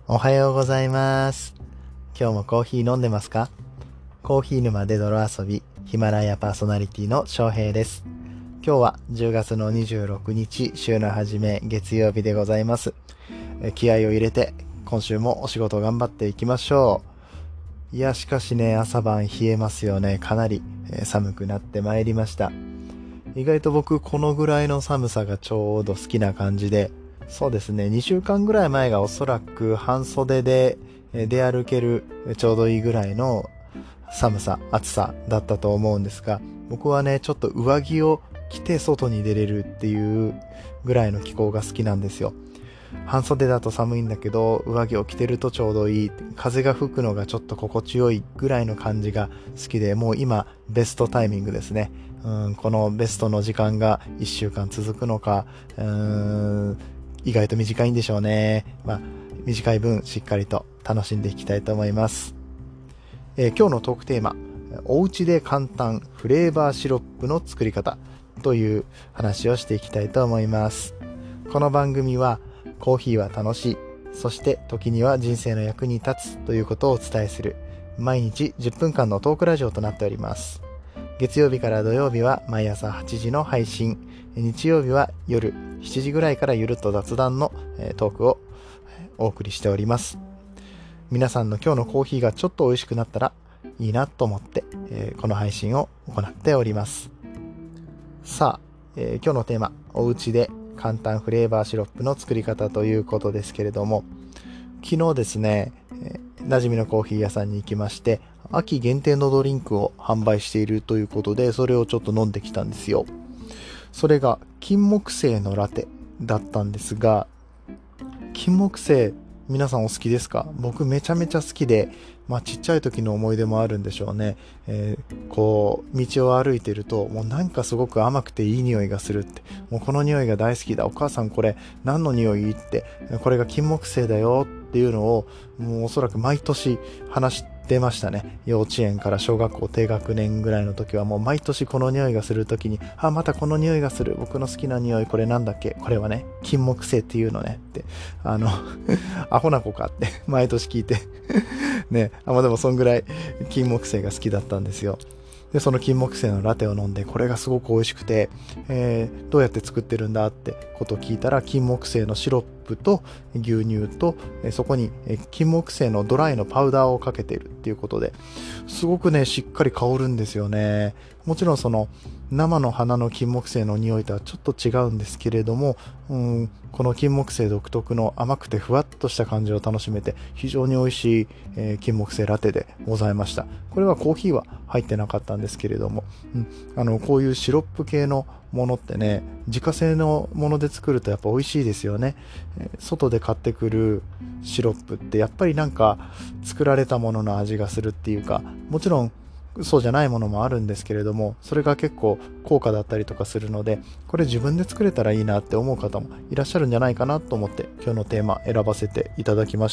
おはようございます。今日もコーヒー飲んでますか？コーヒー沼で泥遊び、ヒマラヤパーソナリティの翔平です。今日は10月の26日、週の初め月曜日でございます。気合を入れて今週もお仕事頑張っていきましょう。いや、しかしね、朝晩冷えますよね。かなり寒くなってまいりました。意外と僕このぐらいの寒さがちょうど好きな感じで、そうですね、2週間ぐらい前がおそらく半袖で出歩けるちょうどいいぐらいの寒さ、暑さだったと思うんですが、僕はね、ちょっと上着を着て外に出れるっていうぐらいの気候が好きなんですよ。半袖だと寒いんだけど、上着を着てるとちょうどいい。風が吹くのがちょっと心地よいぐらいの感じが好きで、もう今ベストタイミングですね。このベストの時間が1週間続くのか、意外と短いんでしょうね。短い分しっかりと楽しんでいきたいと思います。今日のトークテーマ、おうちで簡単フレーバーシロップの作り方という話をしていきたいと思います。この番組はコーヒーは楽しい、そして時には人生の役に立つということをお伝えする毎日10分間のトークラジオとなっております。月曜日から土曜日は毎朝8時の配信、日曜日は夜7時ぐらいからゆるっと雑談のトークをお送りしております。皆さんの今日のコーヒーがちょっと美味しくなったらいいなと思って、この配信を行っております。さあ、今日のテーマ、おうちで簡単フレーバーシロップの作り方ということですけれども、昨日ですね、馴染みのコーヒー屋さんに行きまして、秋限定のドリンクを販売しているということで、それをちょっと飲んできたんですよ。それが金木犀のラテだったんですが、金木犀皆さんお好きですか？僕めちゃめちゃ好きで、ちっちゃい時の思い出もあるんでしょうね。こう道を歩いてると、もうなんかすごく甘くていい匂いがするって、もうこの匂いが大好きだ、お母さんこれ何の匂いって、これが金木犀だよっていうのを、もうおそらく毎年話してましたね。幼稚園から小学校低学年ぐらいの時はもう毎年この匂いがする時に、またこの匂いがする、僕の好きな匂い、これなんだっけ、これはね金木犀っていうのねって、アホな子かって毎年聞いてね、でもそんぐらい金木犀が好きだったんですよ。で、その金木犀のラテを飲んで、これがすごく美味しくて、どうやって作ってるんだってことを聞いたら、金木犀のシロップと牛乳と、そこに金木犀のドライのパウダーをかけているっていうことで、すごくね、しっかり香るんですよね。もちろんその生の花の金木犀の匂いとはちょっと違うんですけれども、この金木犀独特の甘くてふわっとした感じを楽しめて、非常に美味しい、金木犀ラテでございました。これはコーヒーは入ってなかったんですけれども、こういうシロップ系のものってね、自家製のもので作るとやっぱ美味しいですよね。外で買ってくるシロップってやっぱりなんか作られたものの味がするっていうか、もちろんそうじゃないものもあるんですけれども、それが結構高価だったりとかするので、これ自分で作れたらいいなって思う方もいらっしゃるんじゃないかなと思って、今日のテーマ選ばせていただきました。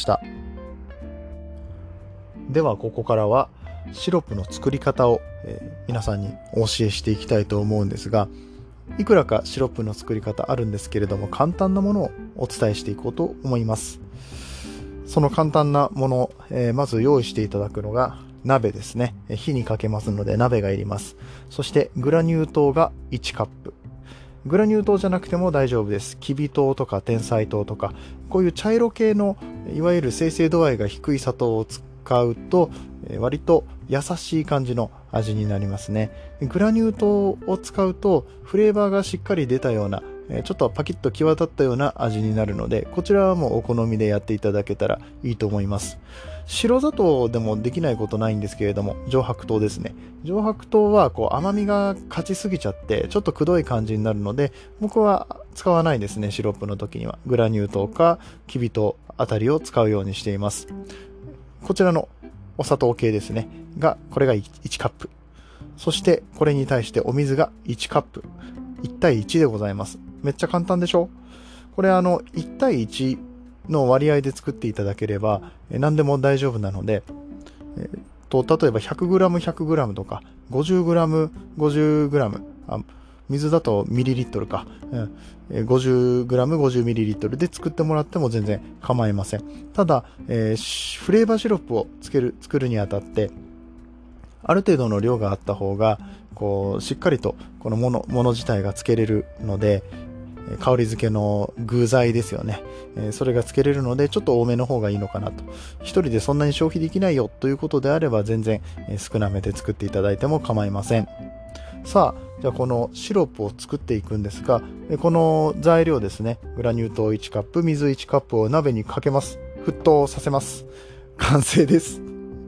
ではここからはシロップの作り方を、皆さんにお教えしていきたいと思うんですが、いくらかシロップの作り方あるんですけれども、簡単なものをお伝えしていこうと思います。その簡単なもの、まず用意していただくのが鍋ですね。火にかけますので鍋がいります。そしてグラニュー糖が1カップ。グラニュー糖じゃなくても大丈夫です。きび糖とか天才糖とか、こういう茶色系のいわゆる生成度合いが低い砂糖を使うと、割と優しい感じの味になりますね。グラニュー糖を使うとフレーバーがしっかり出たような、ちょっとパキッと際立ったような味になるので、こちらはもうお好みでやっていただけたらいいと思います。白砂糖でもできないことないんですけれども、上白糖ですね。上白糖はこう甘みが勝ちすぎちゃってちょっとくどい感じになるので、僕は使わないですね。シロップの時にはグラニュー糖かきび糖あたりを使うようにしています。こちらのお砂糖系ですねが、これが1カップ。そしてこれに対してお水が1カップ。1対1でございます。めっちゃ簡単でしょ？これ1対1の割合で作っていただければ何でも大丈夫なので、例えば 100g100g とか 50g50g、 水だとミリリットルか、50g 50ml で作ってもらっても全然構いません。ただ、フレーバーシロップを作るにあたってある程度の量があった方がしっかりとこのもの自体がつけれるので、香り付けの具材ですよね、それがつけれるのでちょっと多めの方がいいのかなと。一人でそんなに消費できないよということであれば全然少なめで作っていただいても構いません。さあ、じゃあこのシロップを作っていくんですが、この材料ですね、グラニュー糖1カップ、水1カップを鍋にかけます。沸騰させます。完成です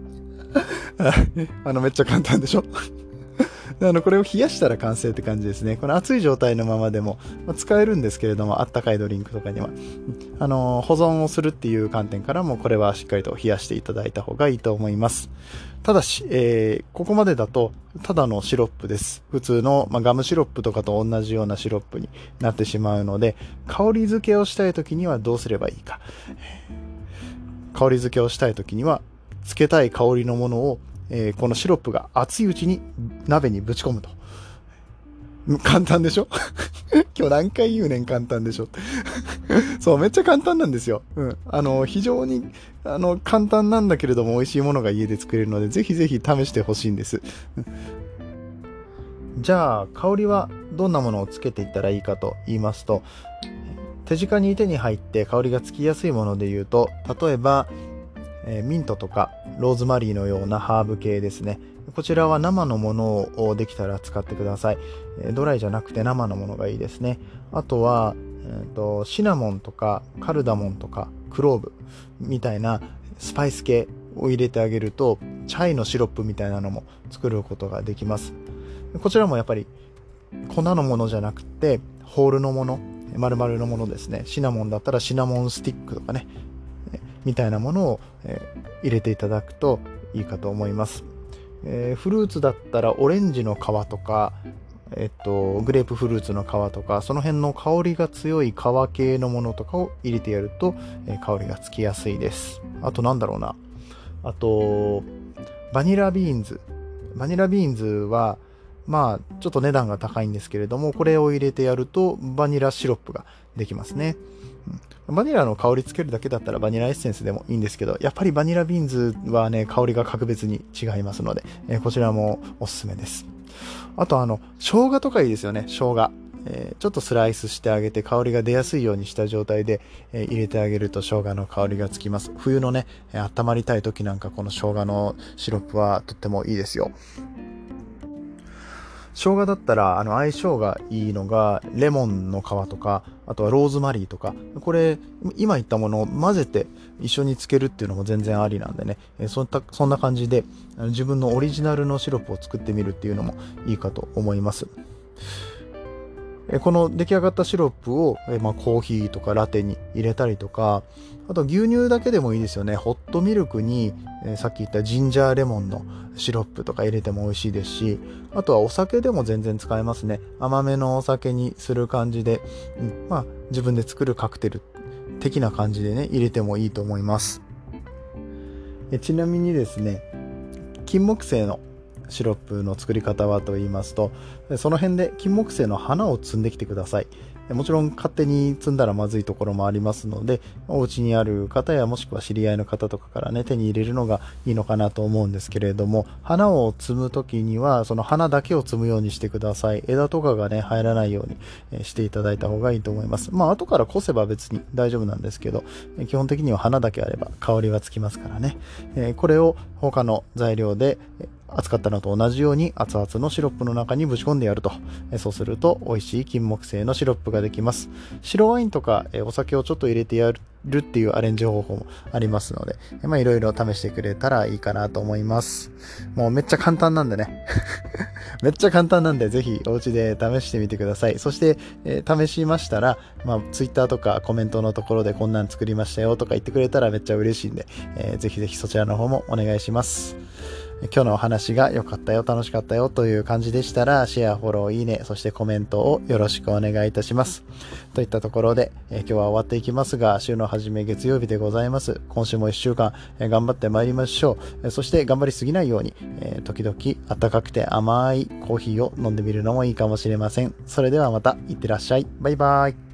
めっちゃ簡単でしょこれを冷やしたら完成って感じですね。この熱い状態のままでも使えるんですけれども、あったかいドリンクとかには保存をするっていう観点からもこれはしっかりと冷やしていただいた方がいいと思います。ただし、ここまでだとただのシロップです。普通の、ガムシロップとかと同じようなシロップになってしまうので、香り付けをしたい時にはどうすればいいか。香り付けをしたい時にはつけたい香りのものをこのシロップが熱いうちに鍋にぶち込むと。簡単でしょ今日何回言うねん簡単でしょそう、めっちゃ簡単なんですよ。非常に簡単なんだけれども美味しいものが家で作れるので、ぜひぜひ試してほしいんですじゃあ香りはどんなものをつけていったらいいかと言いますと、手近に手に入って香りがつきやすいもので言うと、例えばミントとかローズマリーのようなハーブ系ですね。こちらは生のものをできたら使ってください。ドライじゃなくて生のものがいいですね。あとは、シナモンとかカルダモンとかクローブみたいなスパイス系を入れてあげると、チャイのシロップみたいなのも作ることができます。こちらもやっぱり粉のものじゃなくてホールのもの、丸々のものですね。シナモンだったらシナモンスティックとかね、みたいなものを入れていただくといいかと思います。フルーツだったらオレンジの皮とか、グレープフルーツの皮とか、その辺の香りが強い皮系のものとかを入れてやると、香りがつきやすいです。あとなんだろうな、あとバニラビーンズはちょっと値段が高いんですけれども、これを入れてやるとバニラシロップができますね。バニラの香りつけるだけだったらバニラエッセンスでもいいんですけど、やっぱりバニラビーンズはね、香りが格別に違いますので、こちらもおすすめです。あと生姜とかいいですよね。生姜、ちょっとスライスしてあげて香りが出やすいようにした状態で、入れてあげると生姜の香りがつきます。冬のね、温まりたい時なんかこの生姜のシロップはとってもいいですよ。生姜だったら相性がいいのがレモンの皮とか、あとはローズマリーとか、これ今言ったものを混ぜて一緒につけるっていうのも全然ありなんでね、そんな感じで自分のオリジナルのシロップを作ってみるっていうのもいいかと思います。この出来上がったシロップを、コーヒーとかラテに入れたりとか、あと牛乳だけでもいいですよね。ホットミルクに、さっき言ったジンジャーレモンのシロップとか入れても美味しいですし、あとはお酒でも全然使えますね。甘めのお酒にする感じで、自分で作るカクテル的な感じでね、入れてもいいと思います。ちなみにですね、金木犀のシロップの作り方はと言いますと、その辺で金木犀の花を摘んできてください。もちろん勝手に摘んだらまずいところもありますので、お家にある方やもしくは知り合いの方とかからね、手に入れるのがいいのかなと思うんですけれども、花を摘む時にはその花だけを摘むようにしてください。枝とかがね入らないようにしていただいた方がいいと思います。後からこせば別に大丈夫なんですけど、基本的には花だけあれば香りはつきますからね。これを他の材料で扱ったのと同じように熱々のシロップの中にぶち込んでやると、そうすると美味しい金木犀のシロップができます。白ワインとかお酒をちょっと入れてやるっていうアレンジ方法もありますので、いろいろ試してくれたらいいかなと思います。もうめっちゃ簡単なんでねめっちゃ簡単なんで、ぜひお家で試してみてください。そして、試しましたら、Twitter とかコメントのところでこんなん作りましたよとか言ってくれたらめっちゃ嬉しいんで、ぜひぜひそちらの方もお願いします。 今日のお話が良かったよ、楽しかったよという感じでしたら、シェア、フォロー、いいね、そしてコメントをよろしくお願いいたします。といったところで、今日は終わっていきますが、週の初め月曜日でございます。今週も1週間、頑張ってまいりましょう。そして頑張りすぎないように、時々暖かくて甘いコーヒーを飲んでみるのもいいかもしれません。それではまた、いってらっしゃい。バイバイ。